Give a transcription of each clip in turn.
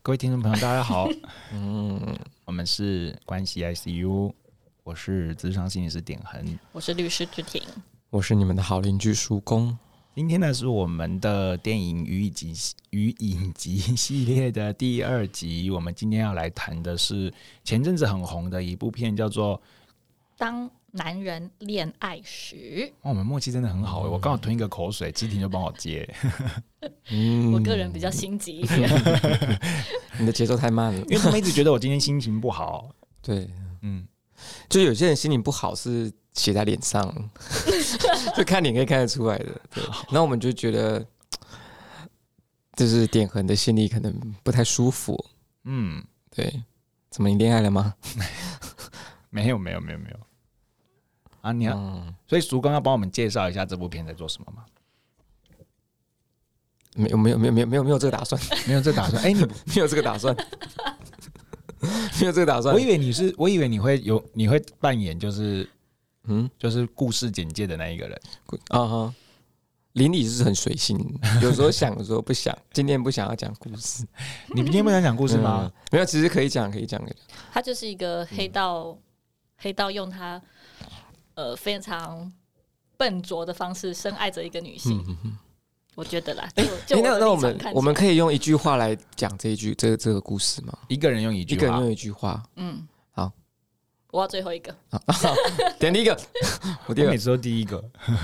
各位听众朋友，大家好。我们是关系 ICU， 我是諮商心理师典衡， 我是律师志婷， 我是你们的好邻居叔公。 今天呢是我们的电影与影集系列的第2集。我们今天要来谈的是前阵子很红的一部片，叫做《 当男人恋爱时》。 我们默契真的很好，我刚好吞一个口水，志婷就帮我接。 我个人比较心急一点， 你的节奏太慢了， 因为他们一直觉得我今天心情不好。 对，就有些人心情不好是写在脸上，就看脸可以看得出来的。对，然后我们就觉得，就是典衡的心里可能不太舒服。对，怎么你恋爱了吗？ 没有啊，你所以叔公要帮我们介绍一下这部片在做什么吗？ 没有这个打算， 没有这个打算。你没有这个打算，没有这个打算。 我以为你会扮演就是故事简介的那一个人啊。邻里是很随性，有时候想，有时候不想。今天不想要讲故事， 你今天不想讲故事吗？ 没有，其实可以讲。 他就是一个黑道用他非常笨拙的方式深爱着一个女性。我觉得啦， 那我们可以用一句话来讲这个故事吗？ 一个人用一句话。 好， 我要最后一个。 点第一个，我每次都第一个。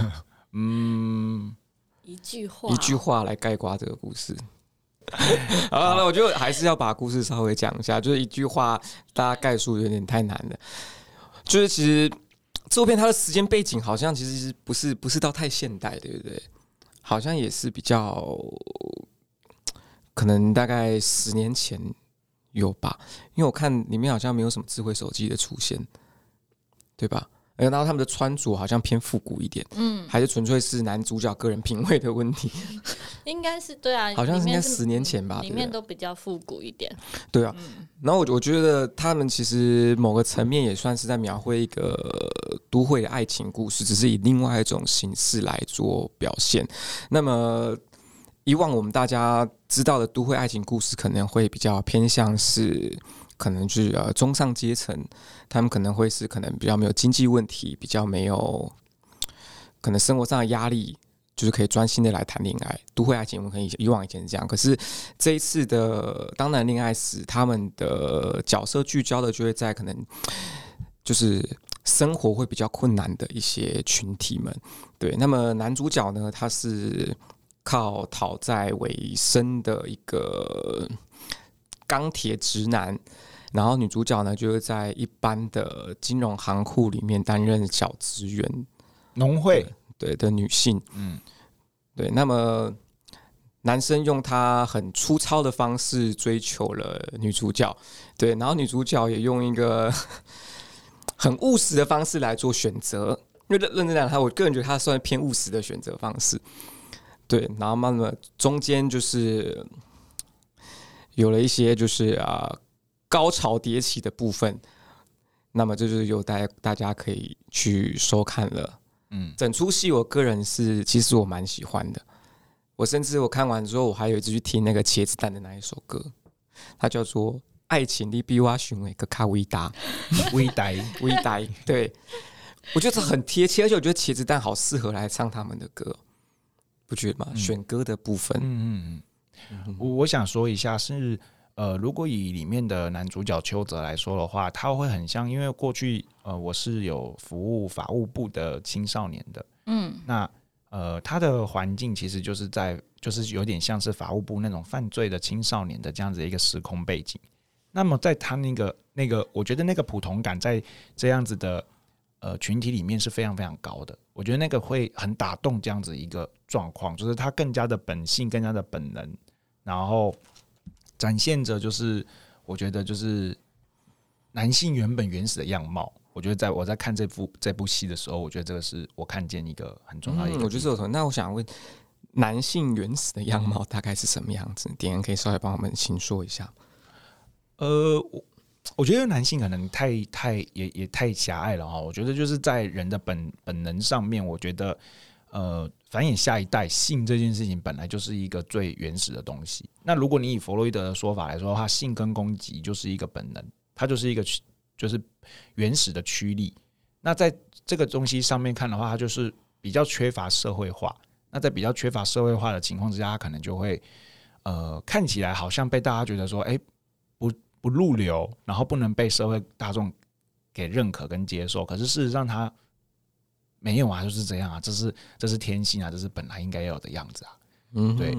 一句话来概括这个故事。好了，我觉得还是要把故事稍微讲一下，就是一句话，大家概述有点太难了。就是其实这部片它的时间背景好像其实不是到太现代，对不对？好像也是比较可能大概10年前有吧，因为我看里面好像没有什么智慧手机的出现，对吧？然后他们的穿着好像偏复古一点，还是纯粹是男主角个人品味的问题？ 应该是对啊， 好像是应该10年前吧， 里面都比较复古一点。 对啊，然后我觉得他们其实某个层面也算是在描绘一个都会的爱情故事，只是以另外一种形式来做表现。那么以往我们大家知道的都会爱情故事，可能会比较偏向是。可能是中上阶层，他们可能会是可能比较没有经济问题，比较没有可能生活上的压力，就是可以专心的来谈恋爱。都会爱情我们可以以往以前是这样，可是这一次的当男恋爱时，他们的角色聚焦的就会在可能就是生活会比较困难的一些群体们。对，那么男主角呢，他是靠讨债为生的一个钢铁直男。然后女主角呢，就是在一般的金融行库里面担任小职员， 农会对的女性，对。那么男生用他很粗糙的方式追求了女主角，对。然后女主角也用一个很务实的方式来做选择，因为认真讲，我个人觉得他算偏务实的选择方式，对。然后慢慢中间就是有了一些就是高潮迭起的部分，那么这就是由大家可以去收看了。整出戏我个人其实我蛮喜欢的。我甚至我看完之后，我还有一次去听那个茄子蛋的那一首歌，它叫做《爱情你比我想的更卡伟大》，伟大。对，我觉得很贴切，而且我觉得茄子蛋好适合来唱他们的歌，不觉得吗？选歌的部分， 我想说一下是。如果以里面的男主角邱泽来说的话，他会很像，因为过去我是有服务法务部的青少年的，那他的环境其实就是有点像是法务部那种犯罪的青少年的这样子一个时空背景。那么在他那个，我觉得那个普同感在这样子的群体里面是非常非常高的。我觉得那个会很打动这样子一个状况，就是他更加的本性，更加的本能，然后。展现着就是我觉得就是男性原始的样貌。我觉得我在看这部戏的时候，我觉得这个是我看见一个很重要的一个。 我觉得有那我想问，男性原始的样貌大概是什么样子？典衡可以稍微帮我们请说一下。 我觉得男性可能也太狭隘了哈。我觉得就是在人的本能上面，我觉得繁衍下一代，性这件事情本来就是一个最原始的东西。那如果你以弗洛伊德的说法来说的话，性跟攻击就是一个本能，它就是一个就是原始的驱力。那在这个东西上面看的话，它就是比较缺乏社会化。那在比较缺乏社会化的情况之下，它可能就会看起来好像被大家觉得说，不入流，然后不能被社会大众给认可跟接受。可是事实上它没有啊，就是这样啊，这是天性啊，这是本来应该要有的样子啊。对，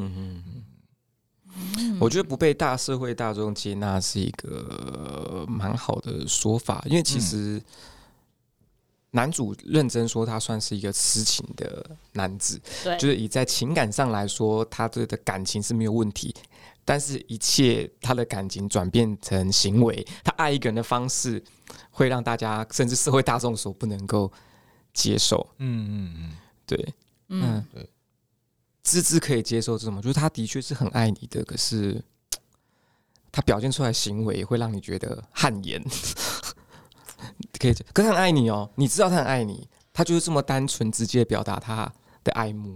我觉得不被大社会大众接纳是一个蛮好的说法，因为其实男主认真说他算是一个痴情的男子，就是以在情感上来说，他的感情是没有问题，但是一切他的感情转变成行为，他爱一个人的方式会让大家甚至社会大众所不能够接受。对，对，芝芝可以接受这种，就是他的确是很爱你的，可是他表现出来的行为会让你觉得汗颜。可是他很爱你哦，你知道他很爱你，他就是这么单纯直接表达他的爱慕。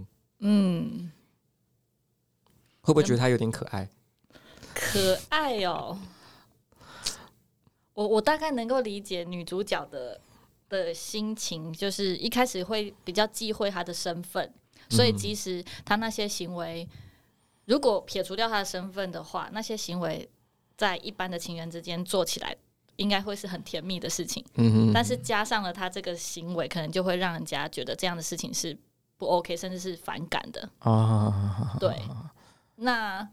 会不会觉得他有点可爱？ 可爱哦，我大概能够理解女主角的心情，就是一开始会比较忌讳她的身份，所以即使她那些行为，如果撇除掉她的身份的话，那些行为在一般的情人之间做起来，应该会是很甜蜜的事情。但是加上了她这个行为，可能就会让人家觉得这样的事情是不 OK， 甚至是反感的。对，那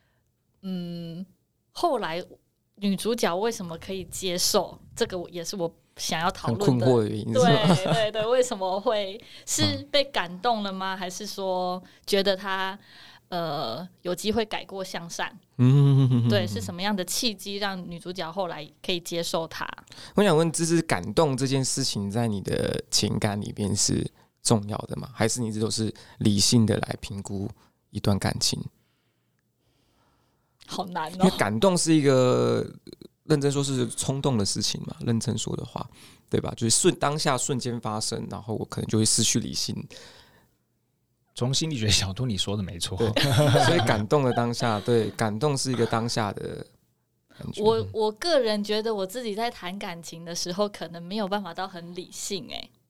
后来女主角为什么可以接受这个，也是我想要讨论的。 很困惑的原因。 对，为什么会是被感动了吗？还是说觉得他有机会改过向善？对，是什么样的契机让女主角后来可以接受他？ 我想问，就是感动这件事情，在你的情感里面是重要的吗？还是你一直都是理性的来评估一段感情？ 好难哦， 因为感动是一个认真说是冲动的事情嘛，认真说的话，对吧？就是当下瞬间发生，然后我可能就会失去理性。 从心理学角度，你说的没错。 所以感动的当下，对，感动是一个当下的感觉。 我个人觉得我自己在谈感情的时候，可能没有办法到很理性。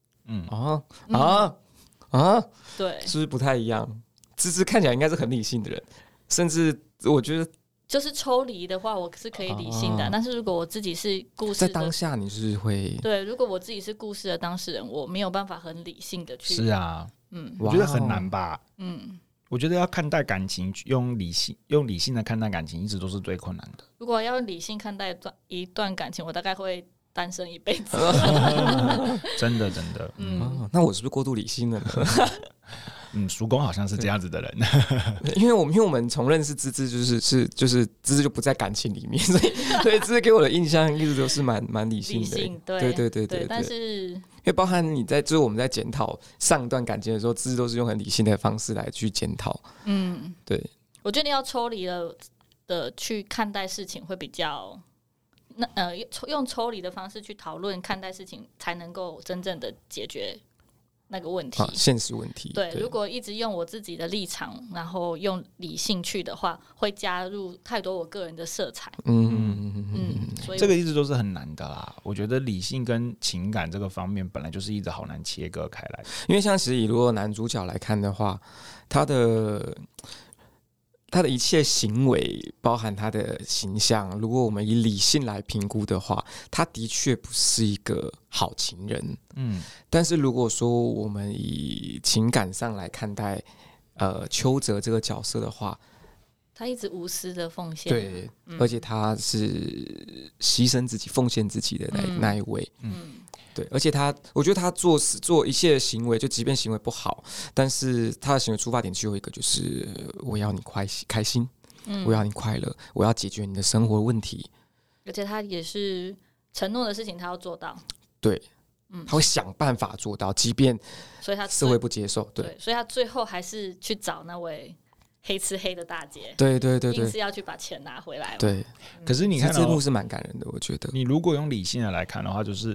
对， 是不是不太一样？芝芝看起来应该是很理性的人，甚至我觉得。 就是抽离的话，我是可以理性的。但是如果我自己是故事的， 在当下你是会对，如果我自己是故事的当事人，我没有办法很理性的去。 是啊，我觉得很难吧。我觉得要看待感情，用理性的看待感情，一直都是最困难的。 如果要理性看待一段感情，我大概会单身一辈子。 真的。 那我是不是过度理性了呢？ 叔公好像是这样子的人。 因为我们从认识芝芝就是芝芝就不在感情里面，所以芝芝给我的印象一直都是蛮理性的。对。 但是因为包含你就是我们在检讨上一段感情的时候，芝芝都是用很理性的方式来去检讨。对。 我觉得要抽离了的去看待事情会比较。用抽离的方式去讨论看待事情，才能够真正的解决那个问题， 现实问题。 对，如果一直用我自己的立场，然后用理性去的话，会加入太多我个人的色彩。所以这个一直都是很难的啦。我觉得理性跟情感这个方面本来就是一直好难切割开来。 因为像其实如果男主角来看的话，他的一切行为，包含他的形象，如果我们以理性来评估的话，他的确不是一个好情人。但是如果说我们以情感上来看待邱泽这个角色的话， 他一直无私的奉献， 对，而且他是牺牲自己、奉献自己的那一位。对，而且我觉得他做一切行为，就即便行为不好，但是他的行为出发点只有一个，就是我要你开心，我要你快乐，我要解决你的生活问题。 而且他也是承诺的事情，他要做到。 对，他会想办法做到，即便社会不接受。对， 所以他最后还是去找那位黑吃黑的大姐。 对， 硬是要去把钱拿回来。 对， 可是你看这幕是蛮感人的，我觉得。 你如果用理性的来看的话，就是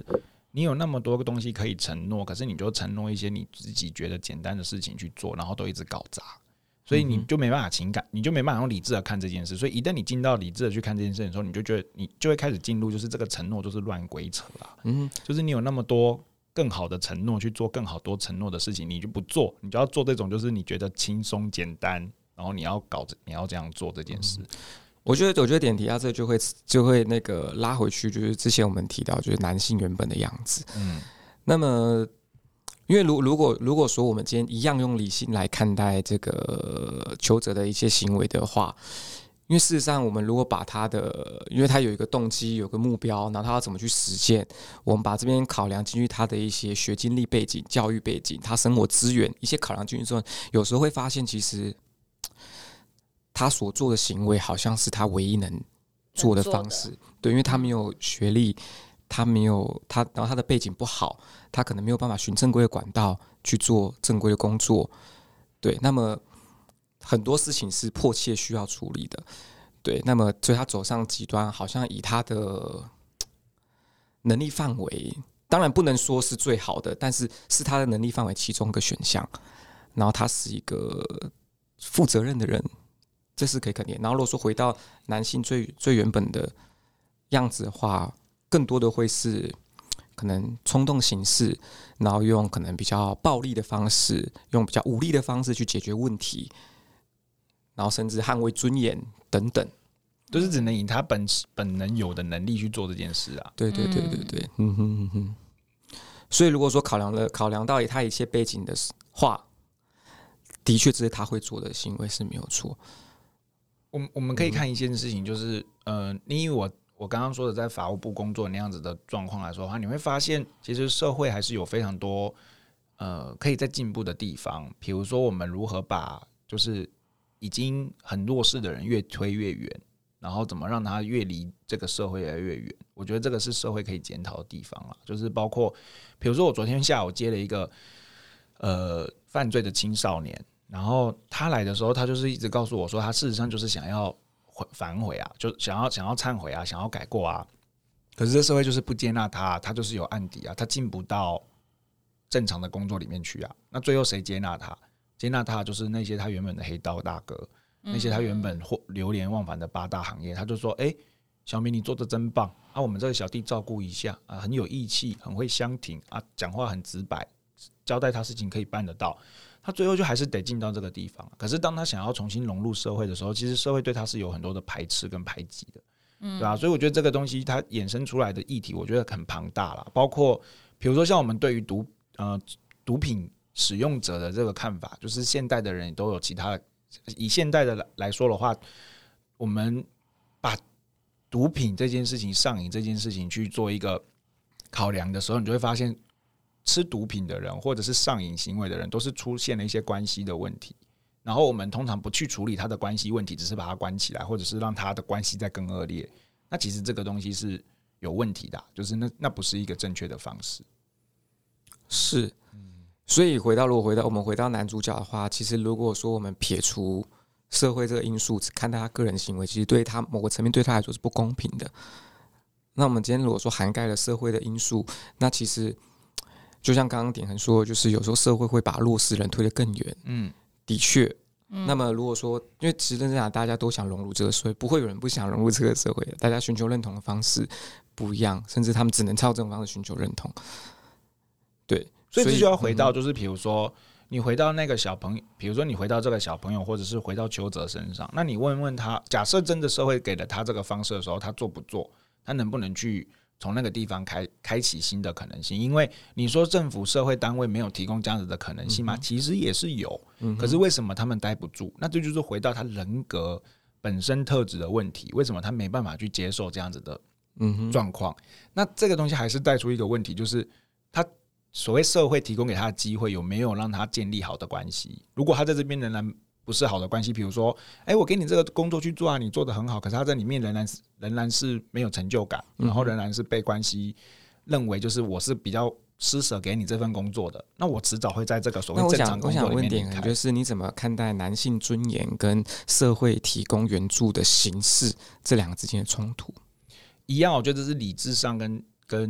你有那么多个东西可以承诺，可是你就承诺一些你自己觉得简单的事情去做，然后都一直搞砸，所以你就没办法情感，你就没办法用理智的看这件事。所以一旦你进到理智的去看这件事的时候，你就觉得你就会开始进入就是这个承诺就是乱鬼扯啦。就是你有那么多更好的承诺去做更好多承诺的事情，你就不做，你就要做这种就是你觉得轻松简单，然后你要这样做这件事。 我觉得点提到这就会那个拉回去，就是之前我们提到就是男性原本的样子。那么因为如果说我们今天一样用理性来看待这个求者的一些行为的话，因为事实上我们如果把他的，因为他有一个动机有个目标，然后他要怎么去实践，我们把这边考量进去他的一些学经历背景、教育背景、他生活资源一些考量进去之后，有时候会发现其实他所做的行为好像是他唯一能做的方式。对，因为他没有学历，他没有然后他的背景不好，他可能没有办法循正规的管道去做正规的工作。对，那么很多事情是迫切需要处理的。对，那么所以他走上极端，好像以他的能力范围，当然不能说是最好的，但是是他的能力范围其中一个选项。然后他是一个负责任的人，这是可以肯定。然后如果说回到男性最原本的样子的话，更多的会是可能冲动行事，然后用可能比较暴力的方式，用比较武力的方式去解决问题，然后甚至捍卫尊严等等， 就是只能以他本能有的能力去做这件事啊。 对，所以如果说考量到他一切背景的话，的确这是他会做的行为是没有错。 我们可以看一件事情，就是因为我刚刚说的在法务部工作那样子的状况来说的话，你会发现其实社会还是有非常多可以再进步的地方。比如说我们如何把就是已经很弱势的人越推越远，然后怎么让他越离这个社会越来越远。我觉得这个是社会可以检讨的地方啦，就是包括比如说我昨天下午接了一个犯罪的青少年，然后他来的时候，他就是一直告诉我说，他事实上就是想要反悔啊，就想要忏悔啊，想要改过啊。可是这社会就是不接纳他，他就是有案底啊，他进不到正常的工作里面去啊。那最后谁接纳他？接纳他就是那些他原本的黑道大哥，那些他原本流连忘返的8大行业。他就说：“小明你做的真棒啊，我们这个小弟照顾一下啊，很有义气，很会相挺啊，讲话很直白，交代他事情可以办得到。”他最后就还是得进到这个地方。可是当他想要重新融入社会的时候，其实社会对他是有很多的排斥跟排挤的，对吧？所以我觉得这个东西它衍生出来的议题，我觉得很庞大啦。包括比如说像我们对于毒品使用者的这个看法，就是现代的人都有其他的。以现代的来说的话，我们把毒品这件事情、上瘾这件事情去做一个考量的时候，你就会发现，吃毒品的人或者是上瘾行为的人，都是出现了一些关系的问题。然后我们通常不去处理他的关系问题，只是把他关起来，或者是让他的关系再更恶劣。那其实这个东西是有问题的，就是那不是一个正确的方式。 是。所以我们回到男主角的话，其实如果说我们撇除社会这个因素，只看待他个人行为，其实对他某个层面对他来说是不公平的。那我们今天如果说涵盖了社会的因素，那其实就像刚刚点恒说，就是有时候社会会把弱势人推得更远。的确。那么如果说，因为其实认真讲，大家都想融入这个社会，不会有人不想融入这个社会的。大家寻求认同的方式不一样，甚至他们只能靠这种方式寻求认同。对。 所以这就要回到，就是比如说你回到那个小朋友，比如说你回到这个小朋友，或者是回到求者身上，那你问问他，假设真的社会给了他这个方式的时候，他做不做？他能不能去从那个地方开启新的可能性？因为你说政府社会单位没有提供这样子的可能性吗？其实也是有，可是为什么他们待不住？那这就是回到他人格本身特质的问题，为什么他没办法去接受这样子的状况？那这个东西还是带出一个问题，就是他所谓社会提供给他的机会有没有让他建立好的关系？如果他在这边仍然不是好的关系，比如说，我给你这个工作去做啊，你做得很好，可是他在里面仍然是没有成就感，然后仍然是被关系认为就是我是比较施舍给你这份工作的，那我迟早会在这个所谓正常工作里面离开。 我想问点，就是你怎么看待男性尊严跟社会提供援助的形式这两个之间的冲突？ 一样，我觉得这是理智上跟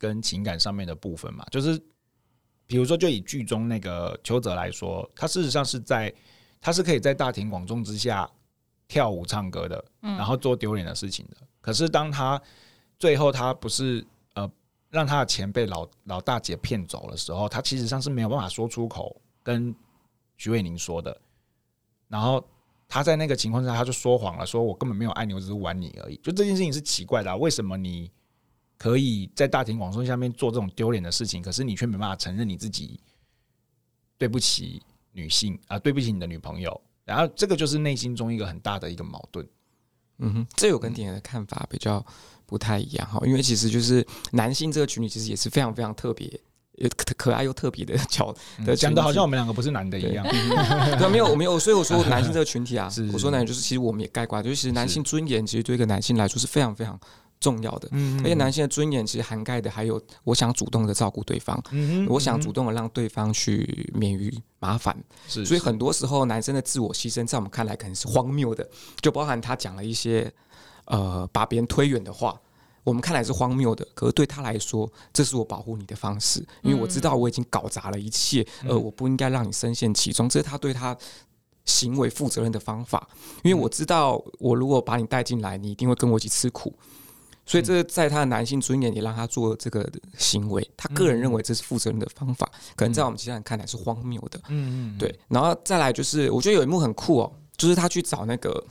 跟情感上面的部分嘛，就是比如说，就以剧中那个邱泽来说，他事实上他是可以在大庭广众之下跳舞唱歌的，然后做丢脸的事情的。可是当他最后他不是让他的钱被老大姐骗走的时候，他其实上是没有办法说出口跟徐伟宁说的。然后他在那个情况下，他就说谎了，说我根本没有爱你，我只是玩你而已。就这件事情是奇怪的啊，为什么你可以在大庭广众下面做这种丢脸的事情，可是你却没办法承认你自己对不起女性啊，对不起你的女朋友。然后这个就是内心中一个很大的一个矛盾。 这有跟点的看法比较不太一样哈，因为其实就是男性这个群体其实也是非常非常特别。可爱又特别的讲的好像我们两个不是男的一样。 对，没有，所以我说男性这个群体啊，我说男人就是其实我们也概括，就是其实男性尊严其实对一个男性来说是非常非常重要的。而且男性的尊严其实涵盖的还有我想主动的照顾对方，我想主动的让对方去免于麻烦。所以很多时候男生的自我牺牲在我们看来可能是荒谬的，就包含他讲了一些把别人推远的话。我们看来是荒谬的，可是对他来说，这是我保护你的方式，因为我知道我已经搞砸了一切，我不应该让你深陷其中，这是他对他行为负责任的方法。因为我知道，我如果把你带进来，你一定会跟我一起吃苦，所以这在他的男性尊严也让他做这个行为。他个人认为这是负责任的方法，可能在我们其他人看来是荒谬的。对。然后再来就是，我觉得有一幕很酷哦，就是他去找那个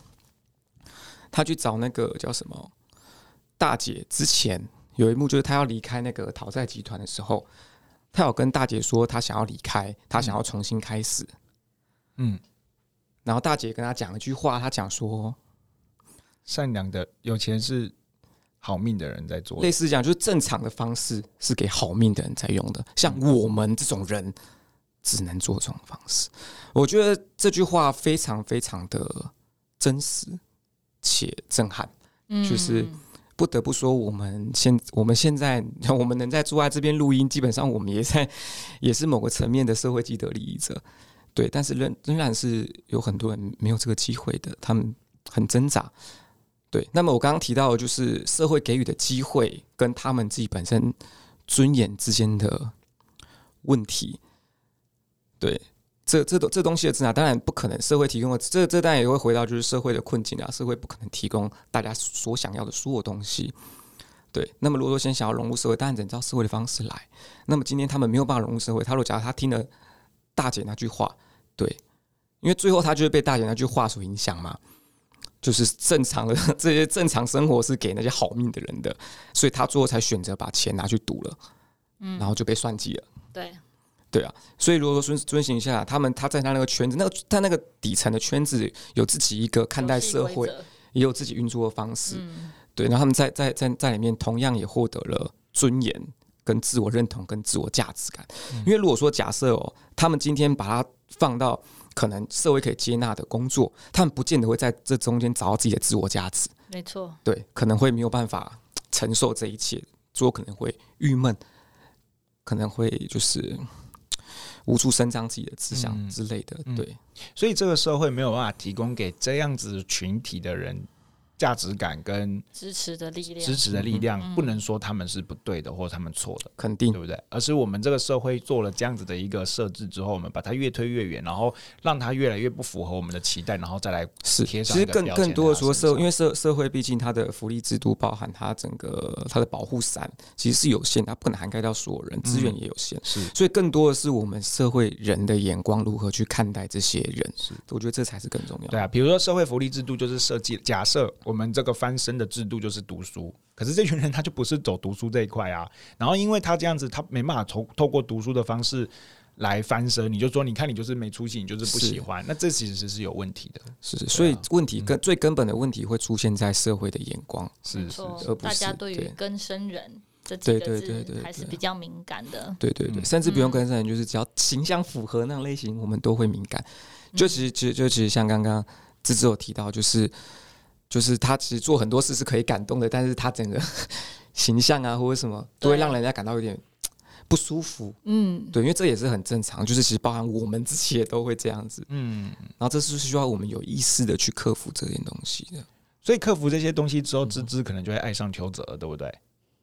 叫什么？大姐之前有一幕，就是他要离开那个讨债集团的时候，他有跟大姐说他想要离开，他想要重新开始。然后大姐跟他讲一句话，他讲说：“ 善良的有钱是好命的人在做的。” 类似讲，就是正常的方式是给好命的人在用的，像我们这种人只能做这种方式。我觉得这句话非常非常的真实且震撼，就是。不得不说，我们现在我们能在坐在这边录音，基本上我们也是某个层面的社会既得利益者，对。但是仍然是有很多人没有这个机会的，他们很挣扎，对。那么我刚刚提到的就是社会给予的机会跟他们自己本身尊严之间的问题，对。这东西的挣扎当然不可能，社会提供的这当然也会回到就是社会的困境啊，社会不可能提供大家所想要的所有东西，对。那么如果说先想要融入社会，当然只能照社会的方式来。那么今天他们没有办法融入社会，他如果假如他听了大姐那句话，对，因为最后他就会被大姐那句话所影响嘛，就是正常的这些正常生活是给那些好命的人的，所以他最后才选择把钱拿去赌了，然后就被算计了， 对。 对啊，所以如果说遵循一下，他在他那个圈子，他那个底层的圈子有自己一个看待社会，也有自己运作的方式，对。然后他们在里面同样也获得了尊严、跟自我认同、跟自我价值感。因为如果说假设他们今天把它放到可能社会可以接纳的工作，他们不见得会在这中间找到自己的自我价值。 没错， 对，可能会没有办法承受这一切，最后可能会郁闷，可能会就是无处伸张自己的思想之类的，对。 所以这个社会没有办法提供给这样子群体的人价值感跟支持的力量， 不能说他们是不对的或他们错的， 肯定对不对？而是我们这个社会做了这样子的一个设置之后，我们把它越推越远，然后让它越来越不符合我们的期待，然后再来贴上一个标签。 其实更多的说因为社会毕竟它的福利制度包含它整个它的保护伞其实是有限，它不可能涵盖到所有人，资源也有限，所以更多的是我们社会人的眼光如何去看待这些人，我觉得这才是更重要的。 对啊，比如说社会福利制度就是设计，假设我们这个翻身的制度就是读书，可是这群人他就不是走读书这一块啊。然后因为他这样子，他没办法透过读书的方式来翻身，你就说你看你就是没出息，你就是不喜欢，那这其实是有问题的。 所以问题最根本的问题会出现在社会的眼光， 是大家对于更生人这几个字还是比较敏感的。 对，甚至不用更生人，就是只要形象符合那种类型，我们都会敏感。就其实像刚刚芝芝有提到，就是他其实做很多事是可以感动的，但是他整个形象啊或者什么都会让人家感到有点不舒服。对，因为这也是很正常，就是其实包含我们自己也都会这样子。然后这是需要我们有意识的去克服这件东西的。 所以克服这些东西之后，芝芝可能就会爱上邱泽，对不对？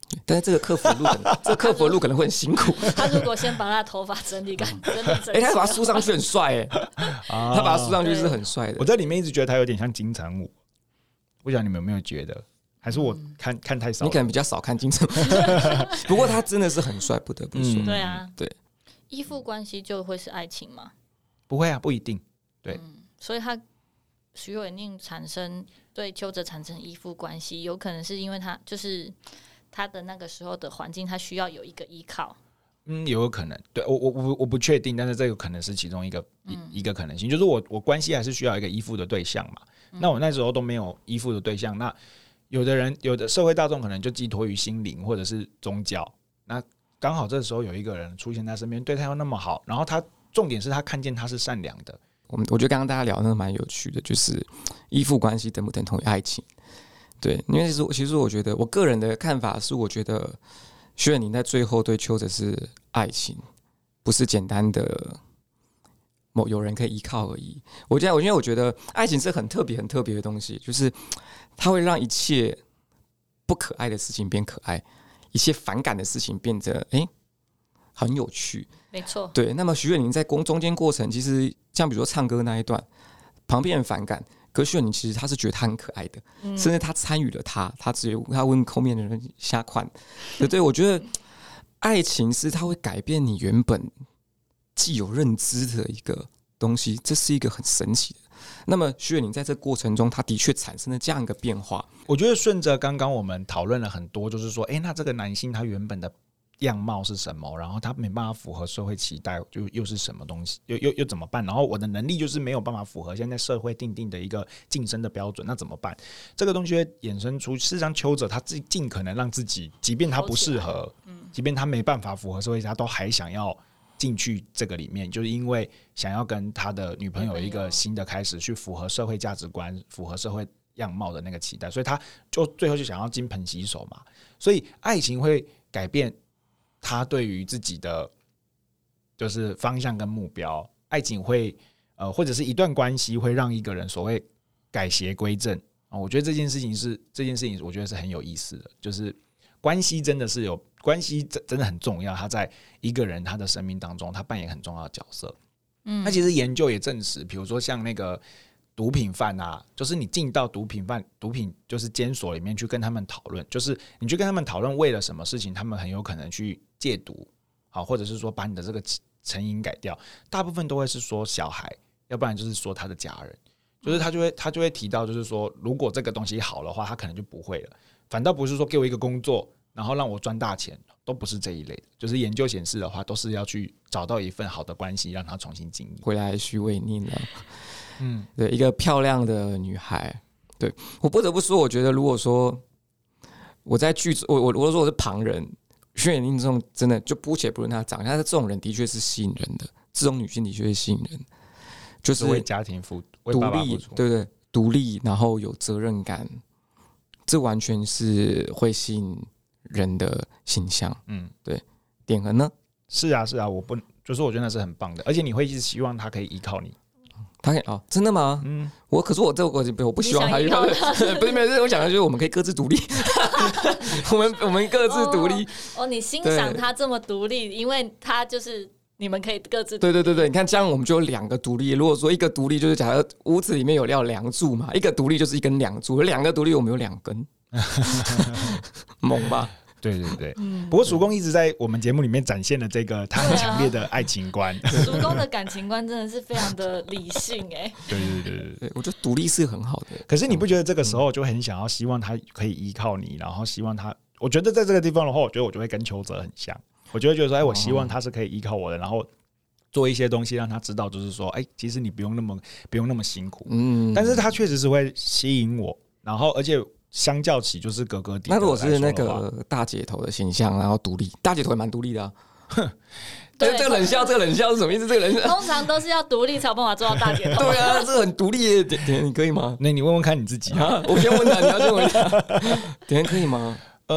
但是这个克服的路可能会很辛苦。 他如果先把他的头发整理干， 他把它梳上去很帅他把它梳上去是很帅的。 我在里面一直觉得他有点像金城武，不晓得你们有没有觉得？还是我看太少了？ 你可能比较少看金城武，不过他真的是很帅，不得不说。 对啊， 对， 依附关系就会是爱情吗？ 不会啊，不一定。对， 所以他徐伟宁对邱泽产生依附关系，有可能是因为他就是他的那个时候的环境，他需要有一个依靠。 有可能。对，我不确定，但是这个可能是其中一个可能性，就是我关系还是需要一个依附的对象嘛。那我那时候都没有依附的对象，那有的社会大众可能就寄托于心灵或者是宗教，那刚好这时候有一个人出现在身边，对他又那么好，然后他重点是他看见他是善良的。 我觉得刚刚大家聊那个蛮有趣的，就是依附关系等不等同于爱情？对，因为其实我觉得我个人的看法是，我觉得徐远宁在最后对邱泽是爱情，不是简单的有人可以依靠而已。因为我觉得爱情是很特别的东西，就是它会让一切不可爱的事情变可爱，一切反感的事情变得很有趣。 没错， 对。那么徐远宁在中间过程，其实像比如说唱歌那一段，旁边人反感，可是徐远宁其实他是觉得他很可爱的，甚至他参与了他问后面的人瞎款。对，我觉得爱情是它会改变你原本既有认知的一个东西，这是一个很神奇的。那么徐远宁在这过程中，他的确产生了这样一个变化。 我觉得顺着刚刚我们讨论了很多，就是说，那这个男性他原本的样貌是什么，然后他没办法符合社会期待，就又是什么东西，又怎么办？然后我的能力就是没有办法符合现在社会定的一个晋升的标准，那怎么办？这个东西会衍生出，事实上邱泽他尽可能让自己，即便他不适合，即便他没办法符合社会，他都还想要进去这个里面，就是因为想要跟他的女朋友有一个新的开始，去符合社会价值观、符合社会样貌的那个期待，所以他就最后就想要金盆洗手嘛。所以爱情会改变他对于自己的就是方向跟目标，爱情会或者是一段关系会让一个人所谓改邪归正。我觉得这件事情我觉得是很有意思的，就是关系真的是关系真的很重要，他在一个人他的生命当中他扮演很重要的角色。那其实研究也证实，比如说像那个毒品犯啊，就是你进到毒品就是监所里面去跟他们讨论，就是你去跟他们讨论为了什么事情他们很有可能去戒毒，好，或者是说把你的这个成瘾改掉，大部分都会是说小孩，要不然就是说他的家人，就是他就会提到，就是说如果这个东西好的话，他可能就不会了，反倒不是说给我一个工作然后让我赚大钱，都不是这一类的。就是研究显示的话，都是要去找到一份好的关系，让他重新经营。 回来徐伟宁了，对，一个漂亮的女孩。对，我不得不说，我觉得如果说我在剧中，我说我是旁人，徐伟宁这种真的就姑且不论他长相，但是这种人的确是吸引人的，这种女性的确是吸引人，就是为家庭独立，对对，独立，然后有责任感，这完全是会吸引人的形象。对，点恒呢？ 是啊，就是我觉得那是很棒的，而且你会一直希望他可以依靠你。 他可以哦，真的吗？可是我不希望他依靠他。不是，我讲的就是我们可以各自独立，我们各自独立。 你欣赏他这么独立，因为他就是你们可以各自独立。对，你看这样我们就有2个独立。如果说一个独立就是假设屋子里面有梁柱嘛，一个独立就是一根梁柱，2个独立我们有2根，猛吧？ 对，不过叔公一直在我们节目里面展现了这个他很强烈的爱情观。 叔公的感情观真的是非常的理性对， 我觉得独立是很好的。 可是你不觉得这个时候就很想要希望他可以依靠你，然后希望他，我觉得在这个地方的话，我觉得我就会跟邱泽很像，我就会觉得说，我希望他是可以依靠我的，然后做一些东西让他知道，就是说，其实你不用那么辛苦。但是他确实是会吸引我，然后而且。相较起就是哥哥弟， 那如果是那个大姐头的形象，然后独立，大姐头也蛮独立的啊。对，这个冷笑是什么意思？这个冷笑通常都是要独立才有办法做到大姐头。 对啊，这个很独立的点，你可以吗？ 那你问问看你自己啊。 我先问他，你要先问他，点可以吗？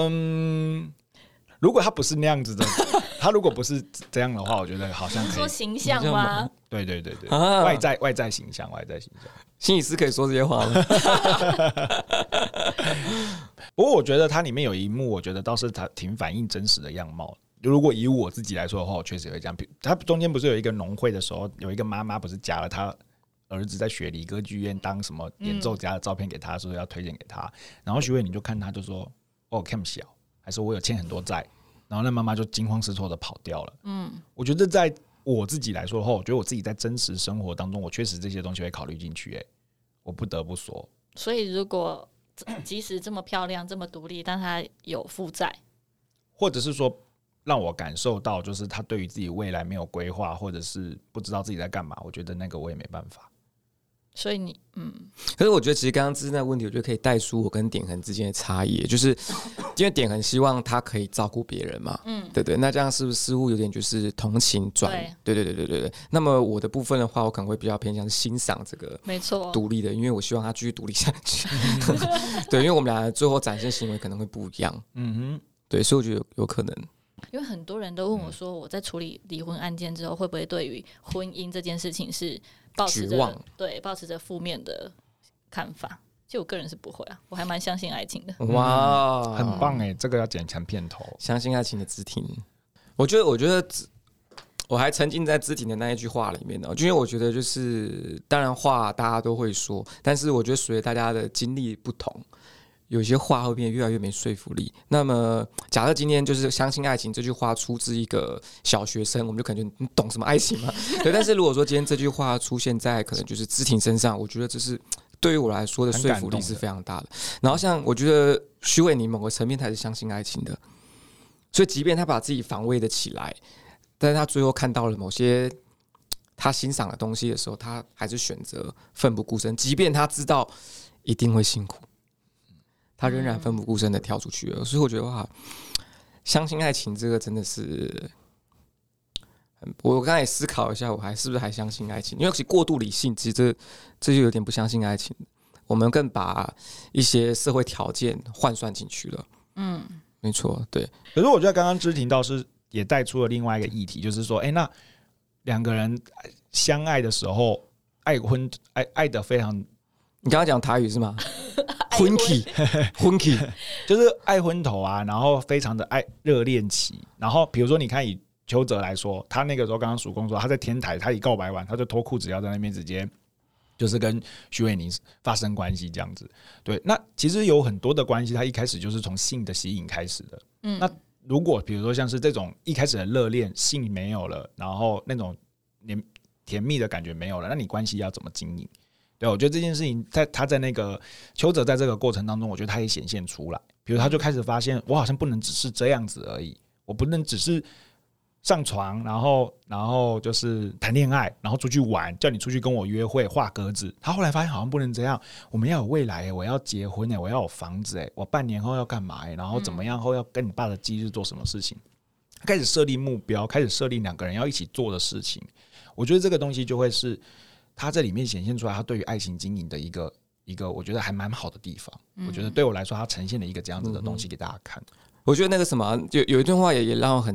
如果他不是那样子的，他如果不是这样的话，我觉得好像可以。 说形象吗？ 对，外在形象。 心理师可以说这些话吗？ 不过我觉得它里面有一幕，我觉得倒是它挺反映真实的样貌。如果以我自己来说的话，我确实会这样。它中间不是有一个农会的时候，有一个妈妈不是夹了她儿子在雪梨歌剧院当什么演奏家的照片给他，说要推荐给他，然后徐伟宁就看他就说：“哦 ，Cam 小，还是我有欠很多债。”然后那妈妈就惊慌失措的跑掉了。我觉得在我自己来说的话，我觉得我自己在真实生活当中，我确实这些东西会考虑进去。我不得不说。 所以如果即使这么漂亮、这么独立，但她有负债， 或者是说让我感受到，就是他对于自己未来没有规划，或者是不知道自己在干嘛，我觉得那个我也没办法。 所以你可是我觉得其实刚刚那个问题，我觉得可以带出我跟点恒之间的差异，就是因为点恒希望他可以照顾别人嘛，对对，那这样是不是似乎有点就是同情转？对。那么我的部分的话，我可能会比较偏向欣赏这个没错独立的，因为我希望他继续独立下去。对，因为我们俩最后展现行为可能会不一样。对，所以我觉得有可能。 因为很多人都问我说，我在处理离婚案件之后，会不会对于婚姻这件事情是抱持着负面的看法？其实我个人是不会啊，我还蛮相信爱情的。 哇， 很棒哎，这个要剪成片头。 相信爱情的知婷，我觉得我还沉浸在知婷的那一句话里面呢，因为我觉得就是当然话大家都会说，但是我觉得随着大家的经历不同。有些话会变得越来越没说服力。那么，假设今天就是相信爱情这句话出自一个小学生，我们就感觉你懂什么爱情吗？对。但是如果说今天这句话出现在可能就是知婷身上，我觉得这是对于我来说的说服力是非常大的。然后像我觉得徐伟宁某个层面他是相信爱情的，所以即便他把自己防卫的起来，但是他最后看到了某些他欣赏的东西的时候，他还是选择奋不顾身，即便他知道一定会辛苦。他仍然奋不顾身的跳出去了，所以我觉得哇，相信爱情这个真的是，我刚才也思考一下，我是不是还相信爱情？因为其实过度理性，其实这就有点不相信爱情。我们更把一些社会条件换算进去了。没错，对。 可是我觉得刚刚知婷倒是也带出了另外一个议题，就是说，那两个人相爱的时候，爱的非常， 你刚刚讲台语是吗？婚期就是爱昏头啊，然后非常的爱热恋期。然后比如说，你看以邱泽来说，他那个时候刚刚曙光说他在天台，他一告白完，他就脱裤子要在那边直接就是跟徐伟宁发生关系这样子。对，那其实有很多的关系，他一开始就是从性的吸引开始的。那如果比如说像是这种一开始的热恋，性没有了，然后那种甜蜜的感觉没有了，那你关系要怎么经营？对，我觉得这件事情他在那个邱泽在这个过程当中，我觉得他也显现出来。比如他就开始发现，我好像不能只是这样子而已，我不能只是上床，然后就是谈恋爱，然后出去玩，叫你出去跟我约会画格子。他后来发现好像不能这样，我们要有未来，我要结婚，我要有房子，我半年后要干嘛，然后怎么样后要跟你爸的忌日做什么事情。他开始设立目标，开始设立两个人要一起做的事情。我觉得这个东西就会是他这里面显现出来他对于爱情经营的一个我觉得还蛮好的地方。我觉得对我来说，他呈现了一个这样子的东西给大家看。 我觉得那个什么，有一段话也让我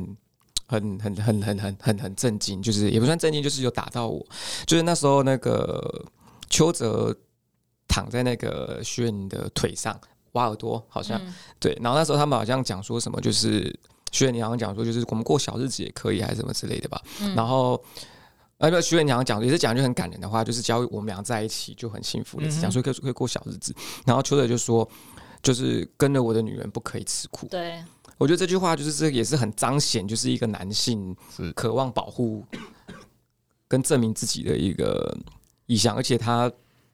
很震惊，就是也不算震惊，就是有打到我。就是那时候那个邱泽躺在那个徐伟宁的腿上挖耳朵，好像、对。然后那时候他们好像讲说什么，就是徐伟宁好像讲说，就是我们过小日子也可以，还是什么之类的吧。然后。徐伟宁讲也是讲一句很感人的话，就是只要我们俩在一起就很幸福的，讲说可以过小日子。然后邱泽就说，就是跟着我的女人不可以吃苦。 对， 我觉得这句话就是这也是很彰显，就是一个男性渴望保护跟证明自己的一个意向，而且他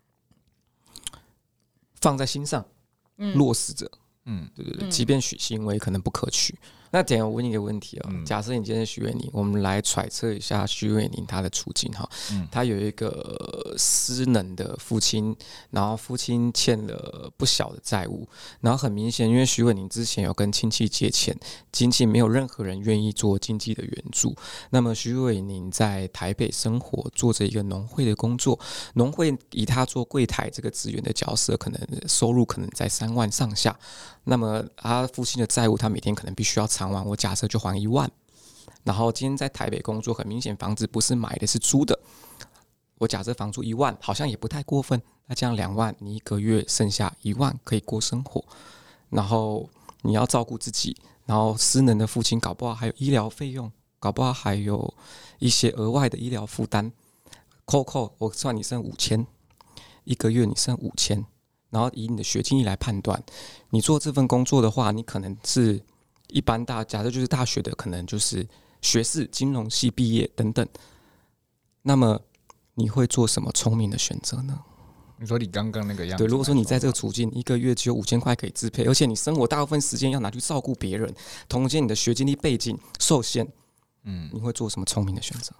放在心上，落实着。对，即便行为可能不可取。那等一下我问你一个问题假设你今天是徐伟宁，我们来揣测一下徐伟宁他的处境哈。他有一个失能的父亲，然后父亲欠了不小的债务，然后很明显，因为徐伟宁之前有跟亲戚借钱，亲戚没有任何人愿意做经济的援助。那么徐伟宁在台北生活，做着一个农会的工作，农会以他做柜台这个职员的角色，可能收入可能在3万上下。那么他父亲的债务，他每天可能必须要偿还，我假设就还1万。然后今天在台北工作，很明显房子不是买的是租的，我假设房租1万，好像也不太过分。那这样2万，你1个月剩下1万可以过生活。 然后你要照顾自己，然后失能的父亲搞不好还有医疗费用，搞不好还有一些额外的医疗负担。扣，我算你剩5000，一个月你剩5000，然后以你的学经历来判断，你做这份工作的话，你可能是一般假设就是大学的，可能就是学士、金融系毕业等等。那么你会做什么聪明的选择呢？ 你说你刚刚那个样子， 对，如果说你在这个处境，一个月只有5000块可以支配，而且你生活大部分时间要拿去照顾别人，同时你的学经历背景受限，你会做什么聪明的选择？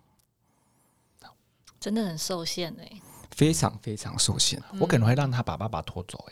真的很受限非常非常受限。 我可能会让他把爸爸拖走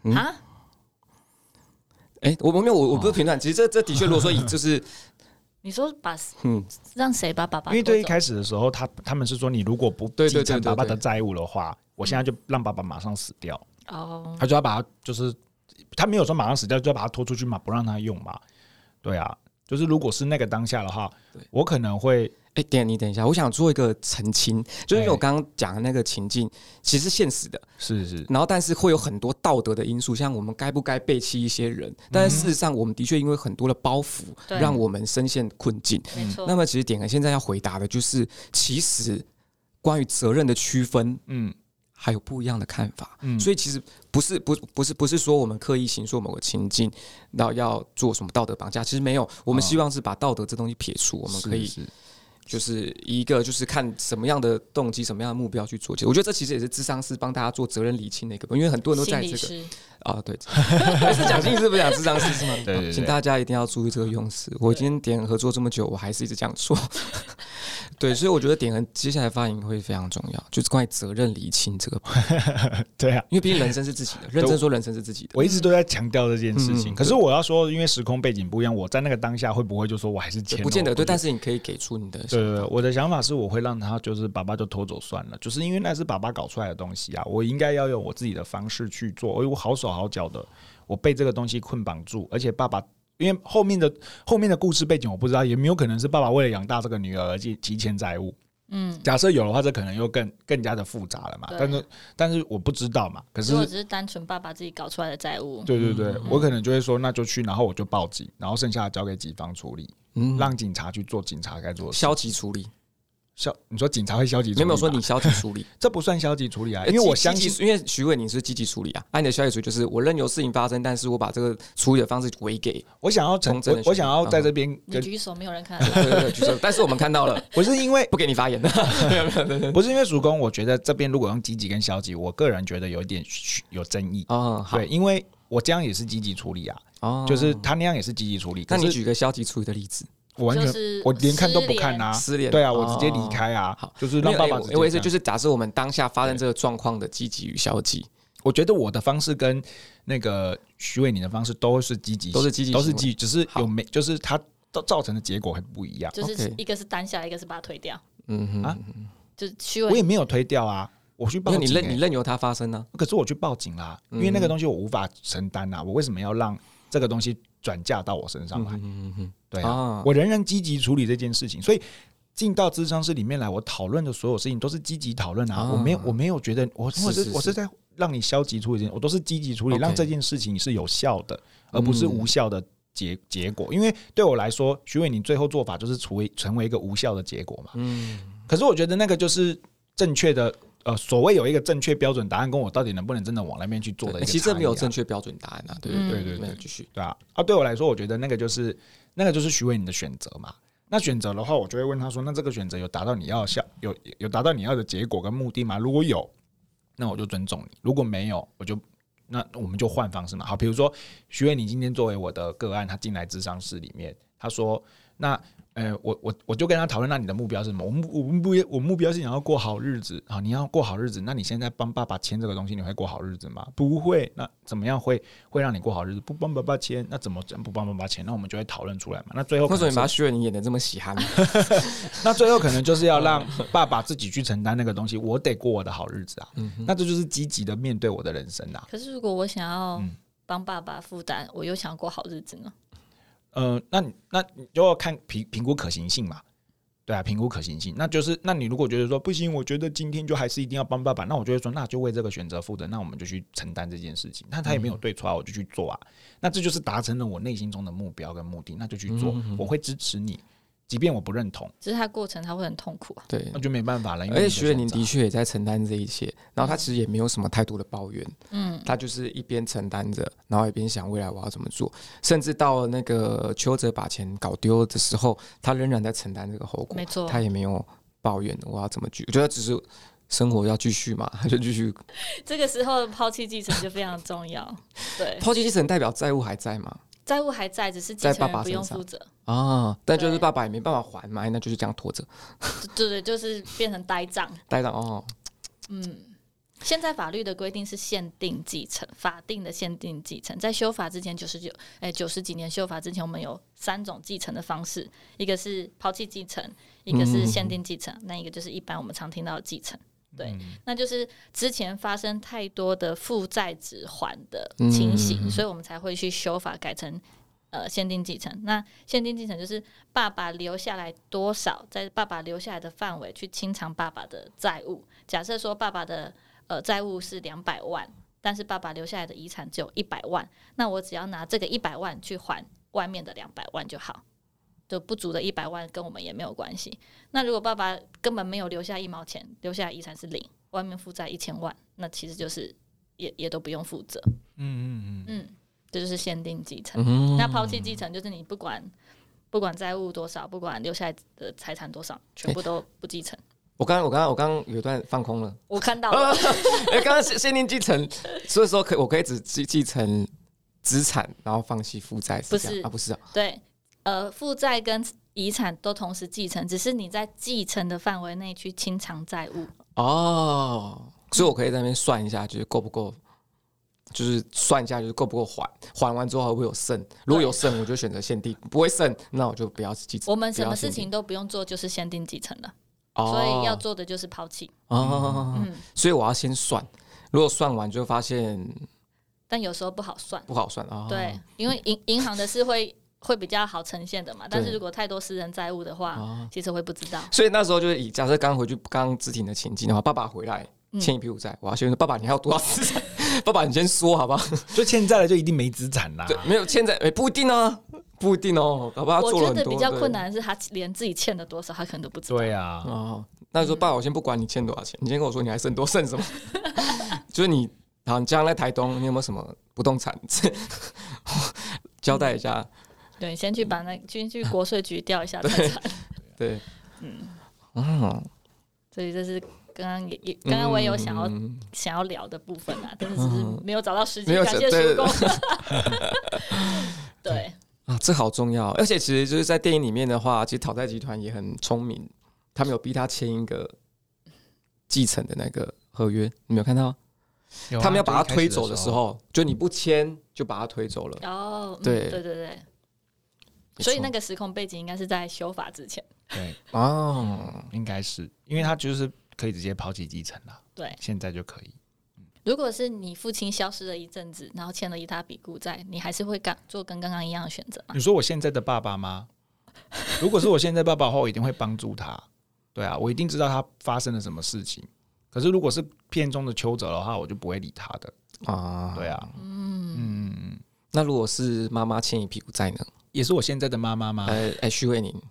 我没有，我不是评断，其实这的确，如果说以就是你说让谁把爸爸拖走？ 因为对一开始的时候，他们是说你如果不继承爸爸的债务的话，我现在就让爸爸马上死掉。他就要把他就是他没有说马上死掉，就要把他拖出去嘛，不让他用嘛。对啊，就是如果是那个当下的话，我可能会。 你等一下，我想做一个澄清，就是因为我刚刚讲的那个情境，其实是现实的， 是， 然后但是会有很多道德的因素，像我们该不该背弃一些人，但是事实上，我们的确因为很多的包袱，让我们深陷困境。那么，其实点恩现在要回答的就是，其实关于责任的区分，还有不一样的看法。所以其实不是说我们刻意形塑某个情境，然后要做什么道德绑架，其实没有，我们希望是把道德这东西撇除，我们可以。就是一个就是看什么样的动机、什么样的目标去做。我觉得这其实也是諮商师帮大家做责任厘清的一个，因为很多人都在这个对，是讲心理师不讲諮商师是吗？ 对， 请大家一定要注意这个用词。我今天点恩合作这么久，我还是一直这样说。对，所以我觉得点恩接下来发言会非常重要，就是关于责任厘清这个。 对啊， 因为毕竟人生是自己的，认真说人生是自己的。 我一直都在强调这件事情，可是我要说，因为时空背景不一样，我在那个当下会不会就说我还是签了？ 不见得对，但是你可以给出你的。 对，我的想法是我会让他就是爸爸就拖走算了，就是因为那是爸爸搞出来的东西啊，我应该要用我自己的方式去做，我好手好脚的，我被这个东西困绑住，而且爸爸因为后面的故事背景我不知道，也没有可能是爸爸为了养大这个女儿而提欠债务。假设有的话，这可能又更加的复杂了嘛。但是我不知道嘛。可是如果只是单纯爸爸自己搞出来的债务， 对，我可能就会说那就去，然后我就报警，然后剩下的交给警方处理，让警察去做警察该做的事， 消极处理。 你说警察会消极处理？ 没有说你消极处理， 这不算消极处理啊，因为我相信， 因为徐伟你是积极处理啊，你的消极处理就是我任由事情发生，但是我把这个处理的方式委给我想要在这边你举手没有人看到， 对，举手，但是我们看到了， 不是因为不给你发言的， 不是因为曙光，我觉得这边如果用积极跟消极，我个人觉得有一点有争议对，因为我这样也是积极处理啊，就是他那样也是积极处理， 那你举个消极处理的例子。 我完全我连看都不看啊， 失联对啊，我直接离开啊，就是让爸爸直接。 我意思就是假设我们当下发生这个状况的积极与消极， 我觉得我的方式跟那个徐伟宁的方式都是积极，都是积极，只是就是它造成的结果会不一样， 就是一个是当下，一个是把它推掉。就是徐伟， 我也没有推掉啊，我去报警， 你任由它发生呢？ 可是我去报警啦，因为那个东西我无法承担啊，我为什么要让这个东西转嫁到我身上来？对啊，我仍然积极处理这件事情，所以进到諮商室里面来，我讨论的所有事情都是积极讨论啊。我没有觉得我是在让你消极处理，我都是积极处理，让这件事情是有效的，而不是无效的结果。因为对我来说，徐伟宁最后做法就是成为一个无效的结果嘛。可是我觉得那个就是正确的。所谓有一个正确标准答案，跟我到底能不能真的往那边去做的一个差异， 其实这没有正确标准答案啊。对，继续。 对啊，对我来说，我觉得那个就是徐伟宁的选择嘛。那选择的话，我就会问他说：“那这个选择有达到你要有达到你要的结果跟目的吗？如果有，那我就尊重你；如果没有，那我们就换方式嘛。好，比如说徐伟宁今天作为我的个案，他进来諮商室里面，他说那。我就跟他讨论，那你的目标是什么？我目标是想要过好日子啊！你要过好日子，那你现在帮爸爸签这个东西，你会过好日子吗？不会。那怎么样会让你过好日子？不帮爸爸签，那怎么不帮爸爸签？那我们就会讨论出来嘛。那最后为什么你把徐伟宁演得这么喜憨？ 那最后可能就是要让爸爸自己去承担那个东西，我得过我的好日子啊。那这就是积极的面对我的人生啊。 可是如果我想要帮爸爸负担，我又想过好日子呢？ 那你就要看评估可行性嘛。 对啊，评估可行性，那你如果觉得说不行，我觉得今天就还是一定要帮爸爸，那我就会说，那就为这个选择负责，那我们就去承担这件事情。那他也没有对错啊，我就去做啊。那这就是达成了我内心中的目标跟目的，那就去做，我会支持你，即便我不认同， 只是他过程他会很痛苦啊。 对， 那就没办法了。 而且徐伟宁的确也在承担这一切，然后他其实也没有什么太多的抱怨，他就是一边承担着，然后一边想未来我要怎么做，甚至到了那个邱泽把钱搞丢的时候，他仍然在承担这个后果， 没错， 他也没有抱怨我要怎么去，我觉得只是生活要继续嘛，他就继续。 这个时候抛弃继承就非常重要，对， 抛弃继承代表债务还在吗？ 债务还在，只是继承人不用负责啊，但就是爸爸也没办法还嘛，那就是这样拖着。 对，就是变成呆账。 呆账哦， 现在法律的规定是限定继承，法定的限定继承，在修法之前90几年修法之前，我们有3种继承的方式，一个是抛弃继承，一个是限定继承，那一个就是一般我们常听到的继承。对，那就是之前发生太多的负债只还的情形，所以我们才会去修法改成限定继承。那限定继承就是爸爸留下来多少，在爸爸留下来的范围去清偿爸爸的债务。假设说爸爸的债务是200万，但是爸爸留下来的遗产只有100万，那我只要拿这个100万去还外面的200万就好。就不足的100万跟我们也没有关系。那如果爸爸根本没有留下1毛钱，留下来遗产是0，外面负债1000万，那其实就是也都不用负责。这就是限定继承。那抛弃继承就是你不管债务多少，不管留下来的财产多少，全部都不继承。 我刚刚有一段放空了， 我看到了。 刚刚限定继承，所以说我可以只继承资产，然后放弃负债， 不是啊？不是啊， 对。负债跟遗产都同时继承，只是你在继承的范围内去清偿债务。 哦，所以我可以在那边算一下，就是够不够，就是算一下就是够不够还完之后会不会有剩？如果有剩，我就选择限定；不会剩，那我就不要继承。 我们什么事情都不用做，就是限定继承了。所以要做的就是抛弃。 所以我要先算，如果算完就发现， 但有时候不好算啊。 对，因为银行的是会比较好呈现的嘛，但是如果太多私人债务的话，其实会不知道。 所以那时候就是假设刚知婷的情境的话，爸爸回来欠一屁股债，我要先说爸爸你还有多少资产？爸爸你先说好不好？ 就欠债了就一定没资产啦？ 对，没有欠债不一定啊，不一定哦，搞不好他做了很多。 我觉得比较困难的是他连自己欠了多少他可能都不知道。 对啊， 那就说爸爸我先不管你欠多少钱，你先跟我说你还剩什么？就是你将来台东你有没有什么不动产？交代一下。 对，先去去国税局调一下财产。 对， 所以这是刚刚我也有想要聊的部分啊，但是只是没有找到时间，感谢叔公。对啊，这好重要，而且其实就是在电影里面的话，其实讨债集团也很聪明，他们有逼他签一个继承的那个合约，你没有看到？他们要把他推走的时候，就你不签就把他推走了。 哦， 对。 所以那个时空背景应该是在修法之前。 对，应该是，因为他就是可以直接抛弃继承了。 对， 现在就可以。 如果是你父亲消失了一阵子，然后欠了一大笔股债，你还是会做跟刚刚一样的选择吗？ 你说我现在的爸爸吗？如果是我现在爸爸的话，我一定会帮助他。对啊，我一定知道他发生了什么事情。可是如果是片中的邱泽的话，我就不会理他的啊。对啊， 那如果是妈妈欠一屁股债呢？ 也是我现在的妈妈吗？ 徐伟宁，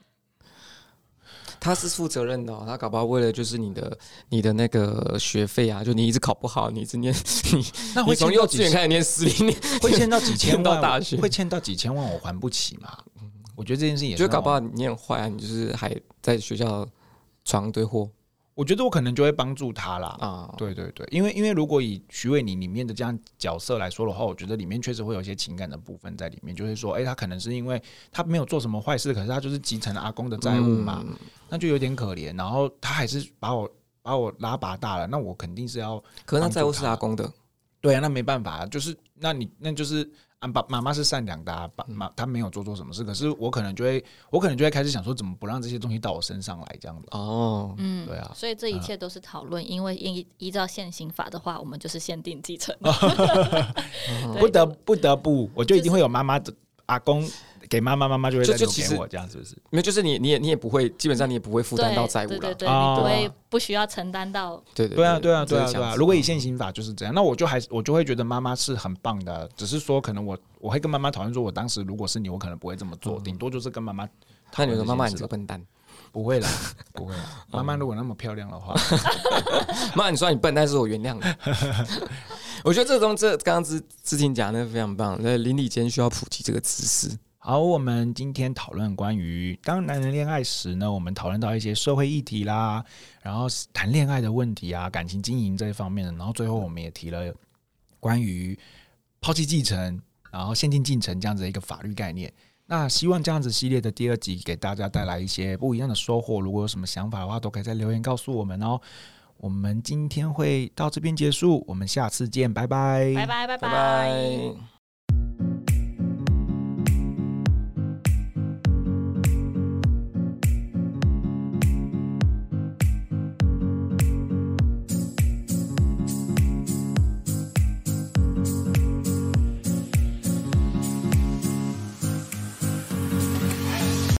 他是负责任的他搞不好为了就是你的那个学费啊，就你一直考不好，你一直念那会从幼稚园开始念10年， 会欠到几千万到大学， 会欠到几千万，我还不起嘛？我觉得这件事情也就搞不好你很坏啊，你就是还在学校闯一堆祸。 我觉得我可能就会帮助他啦。对，因为如果以徐伟宁里面的这样角色来说的话，我觉得里面确实会有一些情感的部分在里面，就是说，他可能是因为他没有做什么坏事，可是他就是继承了阿公的债务嘛，那就有点可怜。然后他还是把我拉拔大了，那我肯定是要， 可是那债务是阿公的， 对啊，那没办法，就是那就是妈妈是善良的她没有做什么事，可是我可能就会开始想说，怎么不让这些东西到我身上来这样子对啊， 所以这一切都是讨论，因为依照现行法的话，我们就是限定继承， 不得不，我就一定会有妈妈的阿公给妈妈，妈妈就会再留给我，这样是不是？ 没有，就是你也不会，基本上你也不会负担到债务了。 对，你不需要承担到。 对啊。如果以现行法就是这样，那我就会觉得妈妈是很棒的，只是说可能我会跟妈妈讨论说，我当时如果是你，我可能不会这么做，顶多就是跟妈妈。 那你说妈妈你这个笨蛋？ 不会啦，妈妈如果那么漂亮的话， 妈你说你笨，但是我原谅你。我觉得刚刚志婷讲的非常棒，邻里间需要普及这个知识。 好，我们今天讨论关于当男人恋爱时呢，我们讨论到一些社会议题啦，然后谈恋爱的问题啊，感情经营这一方面的，然后最后我们也提了关于抛弃继承，然后限定继承这样子的一个法律概念。那希望这样子系列的第2集给大家带来一些不一样的收获，如果有什么想法的话，都可以在留言告诉我们哦。我们今天会到这边结束，我们下次见，拜拜， 拜拜。